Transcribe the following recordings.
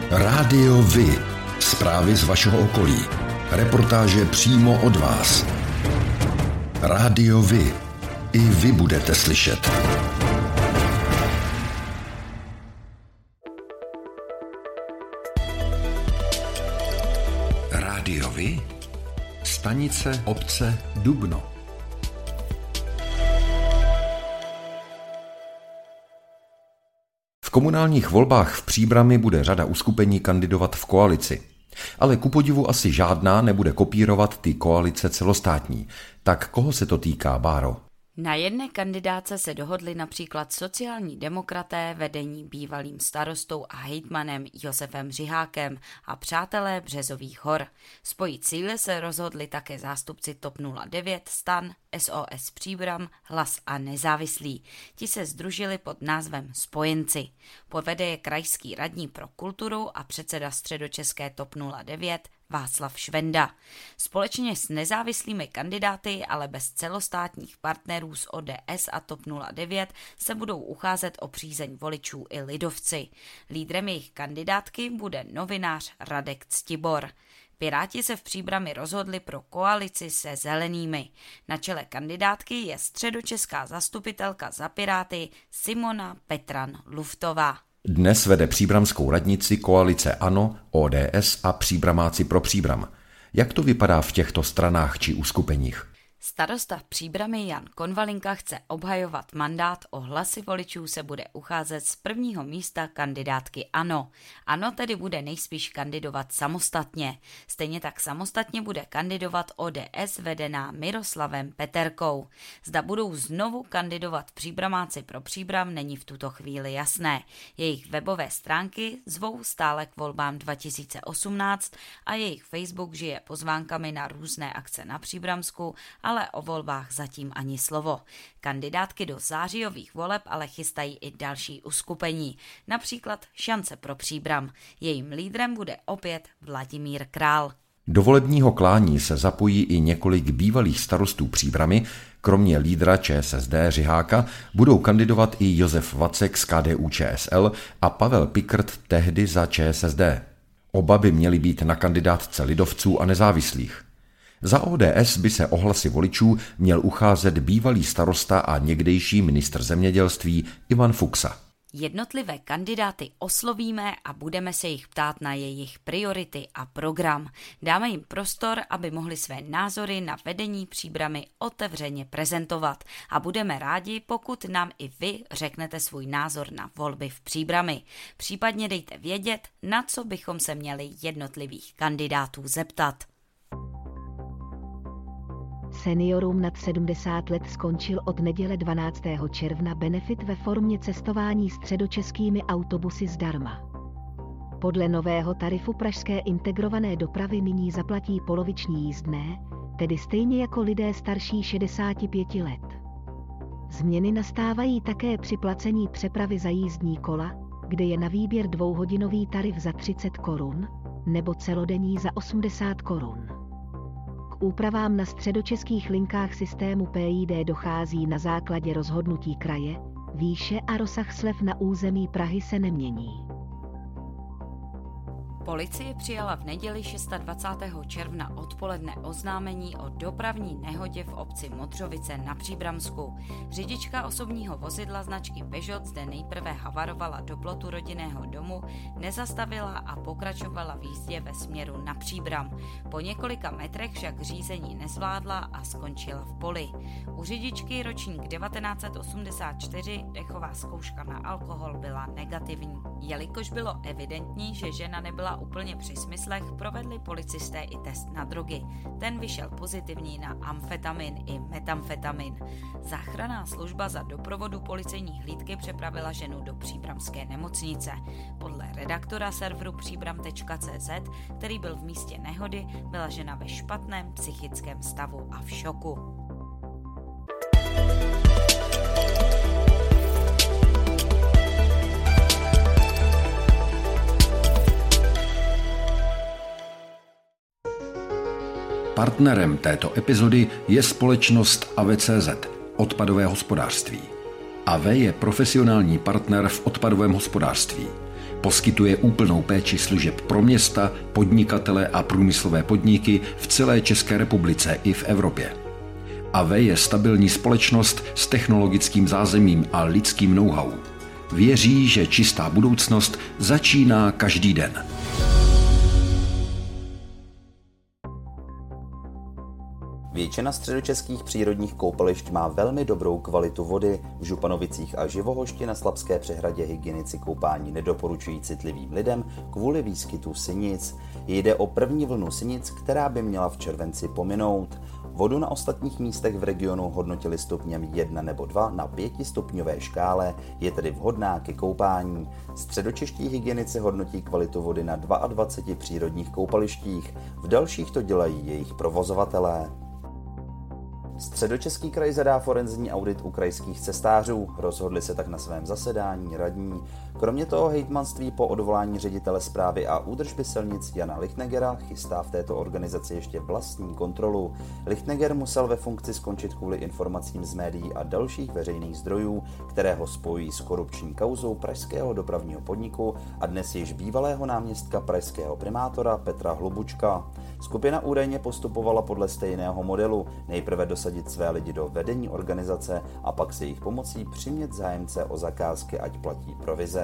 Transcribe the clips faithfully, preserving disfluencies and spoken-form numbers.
Rádio Vy. Zprávy z vašeho okolí. Reportáže přímo od vás. Rádio Vy. I vy budete slyšet. Rádio Vy. Stanice obce Dubno. V komunálních volbách v Příbrami bude řada uskupení kandidovat v koalici. Ale ku podivu asi žádná nebude kopírovat ty koalice celostátní. Tak koho se to týká, Báro? Na jedné kandidáce se dohodli například sociální demokraté vedení bývalým starostou a hejtmanem Josefem Řihákem a přátelé Březových hor. Spojit síly se rozhodli také zástupci TOP nula devět, STAN, S O S Příbram, Hlas a Nezávislí. Ti se sdružili pod názvem Spojenci. Povede je krajský radní pro kulturu a předseda středočeské TOP nula devět Václav Švenda. Společně s nezávislými kandidáty, ale bez celostátních partnerů z O D S a TOP nula devět se budou ucházet o přízeň voličů i lidovci. Lídrem jejich kandidátky bude novinář Radek Ctibor. Piráti se v Příbrami rozhodli pro koalici se zelenými. Na čele kandidátky je středočeská zastupitelka za Piráty Simona Petran-Luftová. Dnes vede příbramskou radnici koalice ANO, O D S a Příbramáci pro Příbram. Jak to vypadá v těchto stranách či uskupeních? Starosta v Příbrami Jan Konvalinka chce obhajovat mandát, o hlasy voličů se bude ucházet z prvního místa kandidátky ANO. ANO tedy bude nejspíš kandidovat samostatně. Stejně tak samostatně bude kandidovat O D S vedená Miroslavem Peterkou. Zda budou znovu kandidovat Příbramáci pro Příbram, není v tuto chvíli jasné. Jejich webové stránky zvou stále k volbám dva tisíce osmnáct a jejich Facebook žije pozvánkami na různé akce na Příbramsku, ale o volbách zatím ani slovo. Kandidátky do zářijových voleb ale chystají i další uskupení, například Šance pro Příbram. Jejím lídrem bude opět Vladimír Král. Do volebního klání se zapojí i několik bývalých starostů Příbrami, kromě lídra Č S S D Řiháka budou kandidovat i Josef Vacek z K D U Č S L a Pavel Pikrt tehdy za Č S S D. Oba by měli být na kandidátce lidovců a nezávislých. Za O D S by se o hlasy voličů měl ucházet bývalý starosta a někdejší ministr zemědělství Ivan Fuksa. Jednotlivé kandidáty oslovíme a budeme se jich ptát na jejich priority a program. Dáme jim prostor, aby mohli své názory na vedení Příbrami otevřeně prezentovat a budeme rádi, pokud nám i vy řeknete svůj názor na volby v Příbrami. Případně dejte vědět, na co bychom se měli jednotlivých kandidátů zeptat. Seniorům nad sedmdesát let skončil od neděle dvanáctého června benefit ve formě cestování středočeskými autobusy zdarma. Podle nového tarifu pražské integrované dopravy nyní zaplatí poloviční jízdné, tedy stejně jako lidé starší šedesáti pěti let. Změny nastávají také při placení přepravy za jízdní kola, kde je na výběr dvouhodinový tarif za třicet korun nebo celodenní za osmdesát korun. Úpravám na středočeských linkách systému P I D dochází na základě rozhodnutí kraje, výše a rozsah slev na území Prahy se nemění. Policie přijala v neděli dvacátého šestého června odpoledne oznámení o dopravní nehodě v obci Modřovice na Příbramsku. Řidička osobního vozidla značky Peugeot zde nejprve havarovala do plotu rodinného domu, nezastavila a pokračovala v jízdě ve směru na Příbram. Po několika metrech však řízení nezvládla a skončila v poli. U řidičky ročník devatenáct set osmdesát čtyři dechová zkouška na alkohol byla negativní. Jelikož bylo evidentní, že žena nebyla úplně při smyslech, provedli policisté i test na drogy. Ten vyšel pozitivní na amfetamin i metamfetamin. Záchranná služba za doprovodu policejní hlídky přepravila ženu do příbramské nemocnice. Podle redaktora serveru příbram tečka cé zet, který byl v místě nehody, byla žena ve špatném psychickém stavu a v šoku. Partnerem této epizody je společnost A V tečka cé zet, odpadové hospodářství. A V je profesionální partner v odpadovém hospodářství. Poskytuje úplnou péči služeb pro města, podnikatele a průmyslové podniky v celé České republice i v Evropě. A vé je stabilní společnost s technologickým zázemím a lidským know-how. Věří, že čistá budoucnost začíná každý den. Většina středočeských přírodních koupališť má velmi dobrou kvalitu vody. V Županovicích a Živohošti na Slabské přehradě hygienici koupání nedoporučují citlivým lidem kvůli výskytu sinic. Jde o první vlnu sinic, která by měla v červenci pominout. Vodu na ostatních místech v regionu hodnotili stupněm jedna nebo dva na pětistupňové škále, je tedy vhodná ke koupání. Středočeští hygienici hodnotí kvalitu vody na dvaceti dvou přírodních koupalištích, v dalších to dělají jejich provozovatelé. Středočeský kraj zadá forenzní audit u krajských cestářů, rozhodli se tak na svém zasedání radní. Kromě toho hejtmanství po odvolání ředitele správy a údržby silnic Jana Lichtnegera chystá v této organizaci ještě vlastní kontrolu. Lichtneger musel ve funkci skončit kvůli informacím z médií a dalších veřejných zdrojů, které ho spojují s korupční kauzou pražského dopravního podniku a dnes již bývalého náměstka pražského primátora Petra Hlubučka. Skupina údajně postupovala podle stejného modelu, nejprve dosadit své lidi do vedení organizace a pak se jejich pomocí přimět zájemce o zakázky, ať platí provize.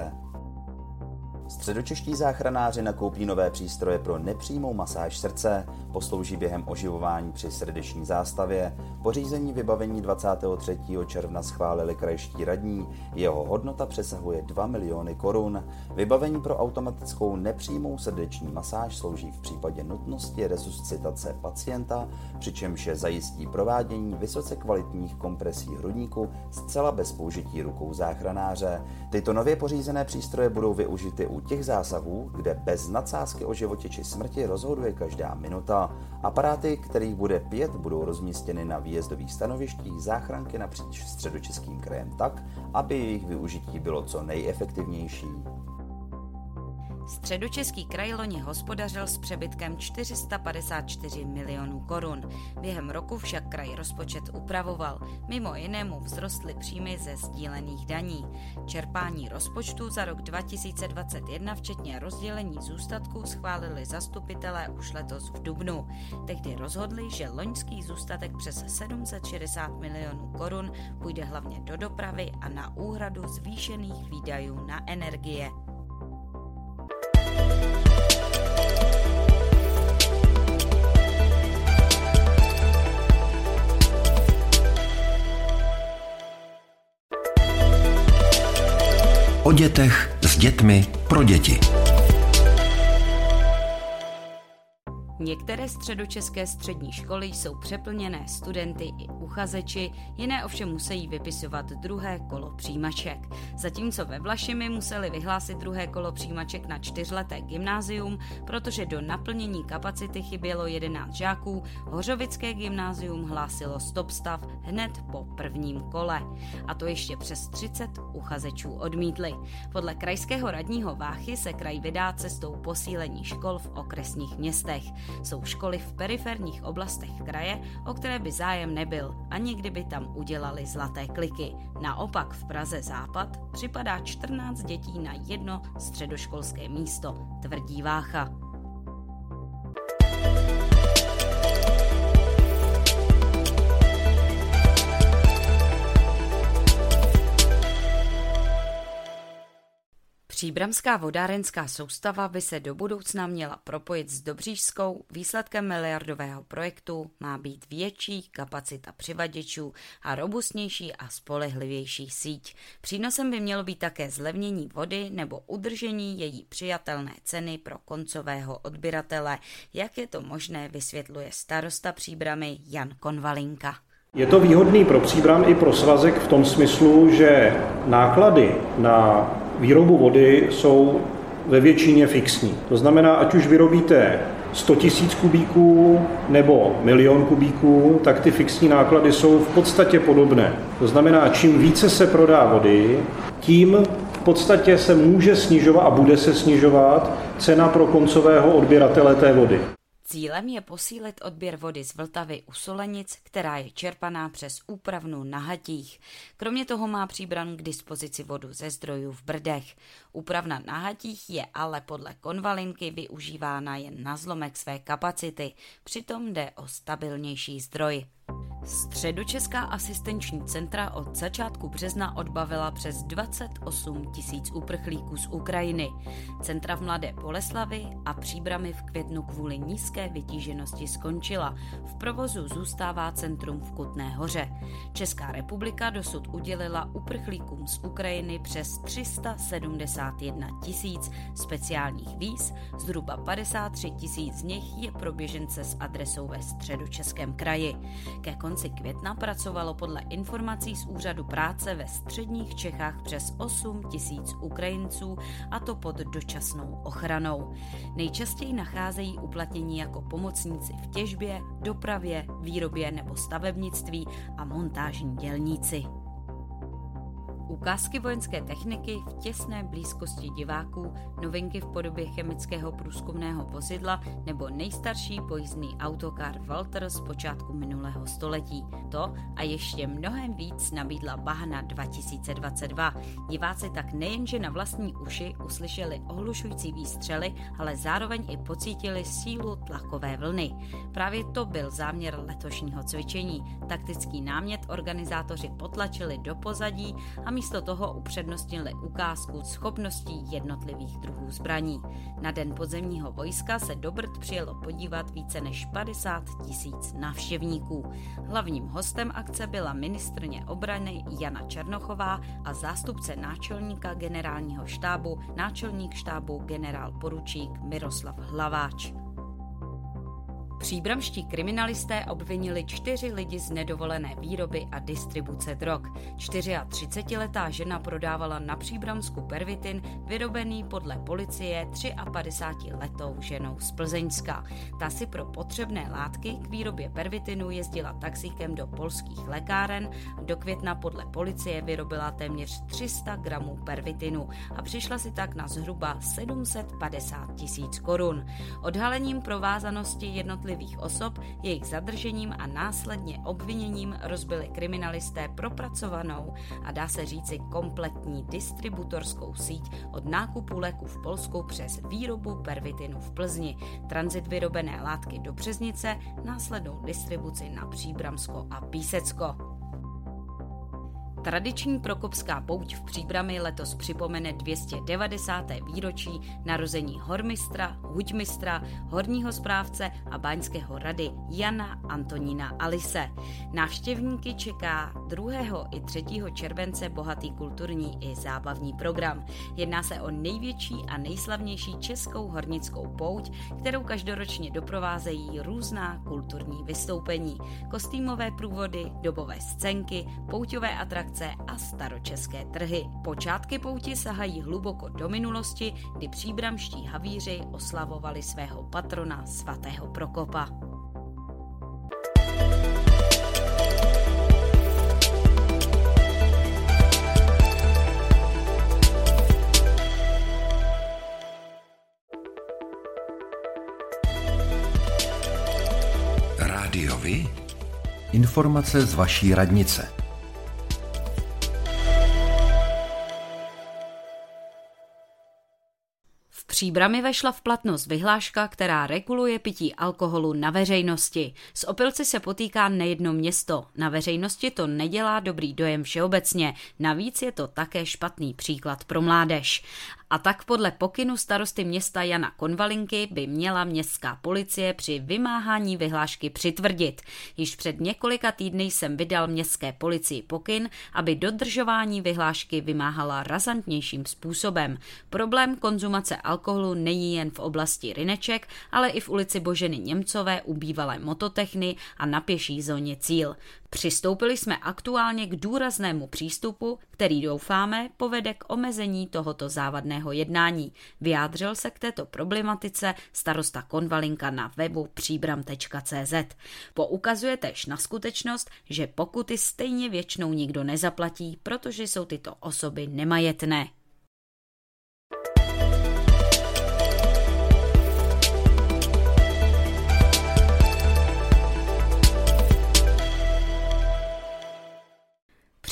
Středočeští záchranáři nakoupí nové přístroje pro nepřímou masáž srdce, poslouží během oživování při srdeční zástavě. Pořízení vybavení dvacátého třetího června schválili krajští radní, jeho hodnota přesahuje dva miliony korun. Vybavení pro automatickou nepřímou srdeční masáž slouží v případě nutnosti resuscitace pacienta, přičemž je zajistí provádění vysoce kvalitních kompresí hrudníku zcela bez použití rukou záchranáře. Tyto nově pořízené přístroje budou využity u těch zásahů, kde bez nadsázky o životě či smrti rozhoduje každá minuta. Aparáty, kterých bude pět, budou rozmístěny na výjezdových stanovištích záchranky napříč Středočeským krajem tak, aby jejich využití bylo co nejefektivnější. Středočeský kraj loni hospodařil s přebytkem čtyři sta padesát čtyři milionů korun. Během roku však kraj rozpočet upravoval. Mimo jinému vzrostly příjmy ze sdílených daní. Čerpání rozpočtu za rok dva tisíce dvacet jedna včetně rozdělení zůstatků schválili zastupitelé už letos v dubnu. Tehdy rozhodli, že loňský zůstatek přes sedm set šedesát milionů korun půjde hlavně do dopravy a na úhradu zvýšených výdajů na energie. O dětech s dětmi pro děti. Některé středočeské střední školy jsou přeplněné studenty i uchazeči, jiné ovšem musí vypisovat druhé kolo přijímaček. Zatímco ve Vlašimi museli vyhlásit druhé kolo přijímaček na čtyřleté gymnázium, protože do naplnění kapacity chybělo jedenáct žáků, Hořovické gymnázium hlásilo stop stav hned po prvním kole. A to ještě přes třicet uchazečů odmítli. Podle krajského radního Váchy se kraj vydá cestou posílení škol v okresních městech. Jsou školy v periferních oblastech kraje, o které by zájem nebyl, ani kdyby tam udělali zlaté kliky. Naopak v Praze Západ připadá čtrnáct dětí na jedno středoškolské místo, tvrdí Vácha. Příbramská vodárenská soustava by se do budoucna měla propojit s Dobřížskou. Výsledkem miliardového projektu má být větší kapacita přivaděčů a robustnější a spolehlivější síť. Přínosem by mělo být také zlevnění vody nebo udržení její přijatelné ceny pro koncového odběratele. Jak je to možné, vysvětluje starosta Příbramy Jan Konvalinka. Je to výhodný pro Příbram i pro svazek v tom smyslu, že náklady na výrobu vody jsou ve většině fixní. To znamená, ať už vyrobíte sto tisíc kubíků nebo milion kubíků, tak ty fixní náklady jsou v podstatě podobné. To znamená, čím více se prodá vody, tím v podstatě se může snižovat a bude se snižovat cena pro koncového odběratele té vody. Cílem je posílit odběr vody z Vltavy u Solenic, která je čerpaná přes úpravnu na Hatích. Kromě toho má Příbram k dispozici vodu ze zdrojů v Brdech. Úpravna na Hatích je ale podle Konvalinky využívána jen na zlomek své kapacity, přitom jde o stabilnější zdroj. Středočeská asistenční centra od začátku března odbavila přes dvacet osm tisíc uprchlíků z Ukrajiny. Centra v Mladé Boleslavi a Příbrami v květnu kvůli nízké vytíženosti skončila. V provozu zůstává centrum v Kutné Hoře. Česká republika dosud udělila uprchlíkům z Ukrajiny přes tři sta sedmdesát jedna tisíc speciálních víz, zhruba padesát tři tisíc z nich je pro běžence s adresou ve Středočeském kraji. Ke konci května pracovalo podle informací z Úřadu práce ve středních Čechách přes osm tisíc Ukrajinců, a to pod dočasnou ochranou. Nejčastěji nacházejí uplatnění jako pomocníci v těžbě, dopravě, výrobě nebo stavebnictví a montážní dělníci. Ukázky vojenské techniky v těsné blízkosti diváků, novinky v podobě chemického průzkumného vozidla nebo nejstarší pojízdný autokar Walter z počátku minulého století. To a ještě mnohem víc nabídla Bahna dva tisíce dvacet dva. Diváci tak nejenže na vlastní uši uslyšeli ohlušující výstřely, ale zároveň i pocítili sílu tlakové vlny. Právě to byl záměr letošního cvičení. Taktický námět organizátoři potlačili do pozadí a místo toho upřednostnili ukázku schopností jednotlivých druhů zbraní. Na Den podzemního vojska se do Brd přijelo podívat více než padesát tisíc návštěvníků. Hlavním hostem akce byla ministryně obrany Jana Černochová a zástupce náčelníka generálního štábu, náčelník štábu generál poručík Miroslav Hlaváč. Příbramští kriminalisté obvinili čtyři lidi z nedovolené výroby a distribuce drog. třicetičtyřletá žena prodávala na Příbramsku pervitin vyrobený podle policie padesátitříletou ženou z Plzeňska. Ta si pro potřebné látky k výrobě pervitinu jezdila taxíkem do polských lékáren a do května podle policie vyrobila téměř tři sta gramů pervitinu a přišla si tak na zhruba sedm set padesát tisíc korun. Odhalením provázanosti jednotlivých osob, jejich zadržením a následně obviněním rozbili kriminalisté propracovanou a dá se říci kompletní distributorskou síť od nákupu léků v Polsku přes výrobu pervitinu v Plzni, tranzit vyrobené látky do Březnice, následnou distribuci na Příbramsko a Písecko. Tradiční Prokopská pouť v Příbrami letos připomene dvě stě devadesáté výročí narození hormistra, huťmistra, horního správce a báňského rady Jana Antonína Alise. Návštěvníky čeká druhého i třetího července bohatý kulturní i zábavní program. Jedná se o největší a nejslavnější českou hornickou pouť, kterou každoročně doprovázejí různá kulturní vystoupení, kostýmové průvody, dobové scénky, pouťové atrakce a staročeské trhy. Počátky pouti sahají hluboko do minulosti, kdy příbramští havíři oslavovali svého patrona svatého Prokopa. Rádiovi? Informace z vaší radnice. V Příbrami vešla v platnost vyhláška, která reguluje pití alkoholu na veřejnosti. S opilci se potýká nejedno město. Na veřejnosti to nedělá dobrý dojem všeobecně. Navíc je to také špatný příklad pro mládež. A tak podle pokynu starosty města Jana Konvalinky by měla městská policie při vymáhání vyhlášky přitvrdit. Již před několika týdny jsem vydal městské policii pokyn, aby dodržování vyhlášky vymáhala razantnějším způsobem. Problém konzumace alkoholu není jen v oblasti Ryneček, ale i v ulici Boženy Němcové u bývalé Mototechny a na pěší zóně Cíl. Přistoupili jsme aktuálně k důraznému přístupu, který doufáme povede k omezení tohoto závadného jednání. Vyjádřil se k této problematice starosta Konvalinka na webu příbram tečka cé zet. Poukazuje též na skutečnost, že pokuty stejně většinou nikdo nezaplatí, protože jsou tyto osoby nemajetné.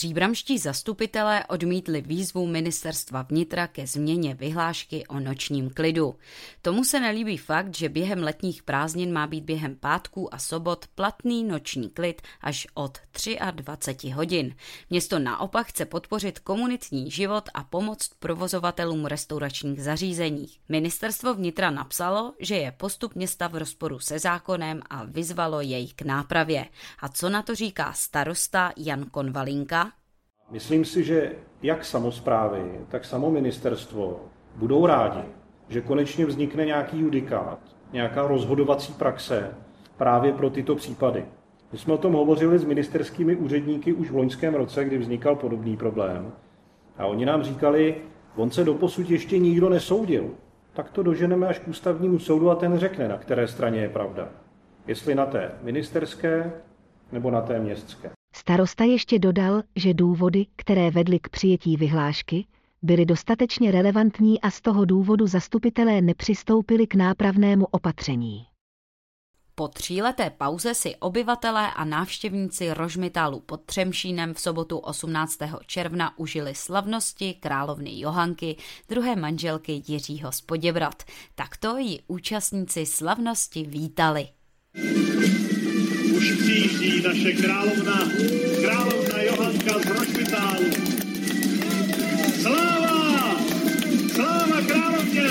Příbramští zastupitelé odmítli výzvu ministerstva vnitra ke změně vyhlášky o nočním klidu. Tomu se nelíbí fakt, že během letních prázdnin má být během pátků a sobot platný noční klid až od dvacet tři hodin. Město naopak chce podpořit komunitní život a pomoct provozovatelům restauračních zařízení. Ministerstvo vnitra napsalo, že je postup města v rozporu se zákonem a vyzvalo jej k nápravě. A co na to říká starosta Jan Konvalinka? Myslím si, že jak samosprávy, tak samo ministerstvo budou rádi, že konečně vznikne nějaký judikát, nějaká rozhodovací praxe právě pro tyto případy. My jsme o tom hovořili s ministerskými úředníky už v loňském roce, kdy vznikal podobný problém. A oni nám říkali, on se doposud ještě nikdo nesoudil. Tak to doženeme až k ústavnímu soudu a ten řekne, na které straně je pravda. Jestli na té ministerské nebo na té městské. Starosta ještě dodal, že důvody, které vedly k přijetí vyhlášky, byly dostatečně relevantní a z toho důvodu zastupitelé nepřistoupili k nápravnému opatření. Po tříleté pauze si obyvatelé a návštěvníci Rožmitálu pod Třemšínem v sobotu osmnáctého června užili slavnosti královny Johanky, druhé manželky Jiřího z Poděbrad. Takto ji účastníci slavnosti vítali. Už přijíždí naše královna, královna Johanka z Rožmitálu. Sláva! Sláva královně!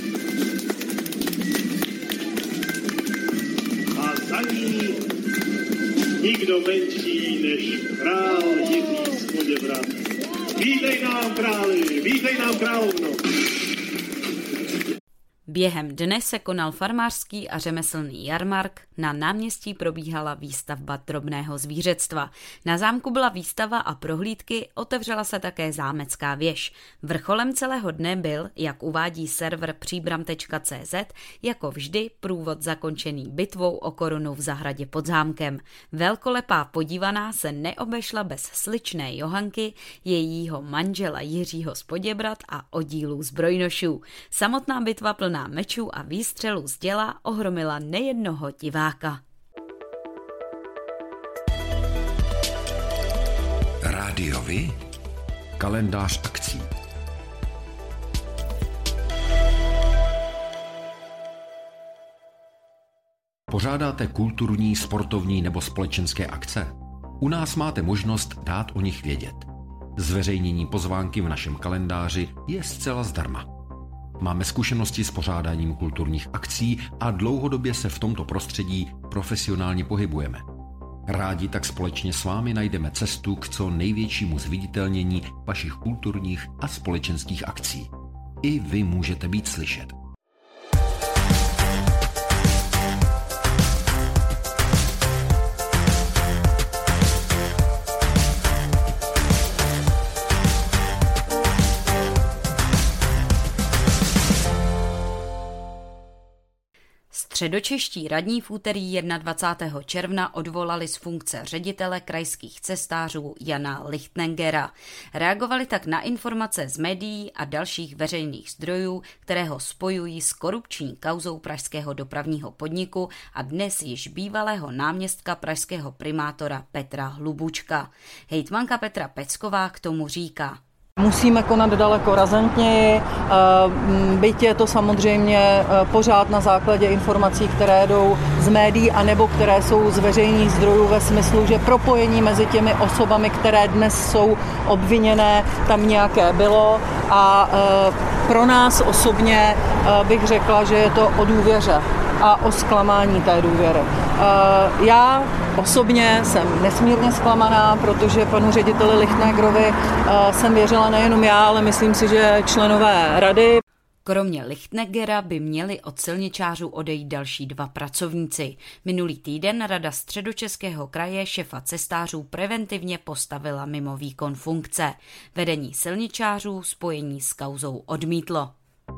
A za ní nikdo menší než král Jiří z Poděbrad. Vítej nám, králi, vítej nám, královno! Během dne se konal farmářský a řemeslný jarmark, na náměstí probíhala výstavba drobného zvířectva. Na zámku byla výstava a prohlídky, otevřela se také zámecká věž. Vrcholem celého dne byl, jak uvádí server příbram tečka cé zet, jako vždy průvod zakončený bitvou o korunu v zahradě pod zámkem. Velkolepá podívaná se neobešla bez sličné Johanky, jejího manžela Jiřího z Poděbrad a oddílů zbrojnošů. Samotná bitva plná mečů a výstřelů z děla ohromila nejednoho diváka. Rádiovi kalendář akcí. Pořádáte kulturní, sportovní nebo společenské akce? U nás máte možnost dát o nich vědět. Zveřejnění pozvánky v našem kalendáři je zcela zdarma. Máme zkušenosti s pořádáním kulturních akcí a dlouhodobě se v tomto prostředí profesionálně pohybujeme. Rádi tak společně s vámi najdeme cestu k co největšímu zviditelnění vašich kulturních a společenských akcí. I vy můžete být slyšet. Středočeští radní v úterý dvacátého prvního června odvolali z funkce ředitele krajských cestářů Jana Lichtnengera. Reagovali tak na informace z médií a dalších veřejných zdrojů, které ho spojují s korupční kauzou pražského dopravního podniku a dnes již bývalého náměstka pražského primátora Petra Hlubučka. Hejtmanka Petra Pecková k tomu říká: Musíme konat daleko razantněji, byť je to samozřejmě pořád na základě informací, které jdou z médií anebo které jsou z veřejných zdrojů ve smyslu, že propojení mezi těmi osobami, které dnes jsou obviněné, tam nějaké bylo a pro nás osobně bych řekla, že je to o důvěře a o zklamání té důvěry. Já osobně jsem nesmírně zklamaná, protože panu řediteli Lichtnegerovi jsem věřila nejenom já, ale myslím si, že členové rady. Kromě Lichtnegera by měli od silničářů odejít další dva pracovníci. Minulý týden Rada Středočeského kraje šefa cestářů preventivně postavila mimo výkon funkce. Vedení silničářů spojení s kauzou odmítlo.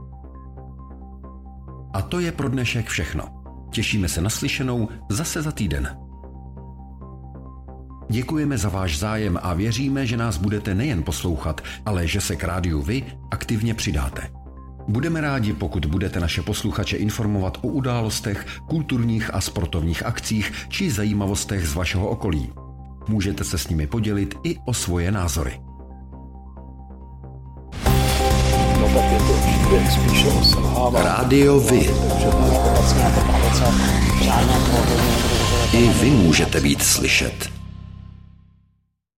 A to je pro dnešek všechno. Těšíme se na slyšenou zase za týden. Děkujeme za váš zájem a věříme, že nás budete nejen poslouchat, ale že se k rádiu vy aktivně přidáte. Budeme rádi, pokud budete naše posluchače informovat o událostech, kulturních a sportovních akcích či zajímavostech z vašeho okolí. Můžete se s nimi podělit i o svoje názory. No tak je to určitě spíše o selhávání. Rádio Vy. I vy můžete být slyšet.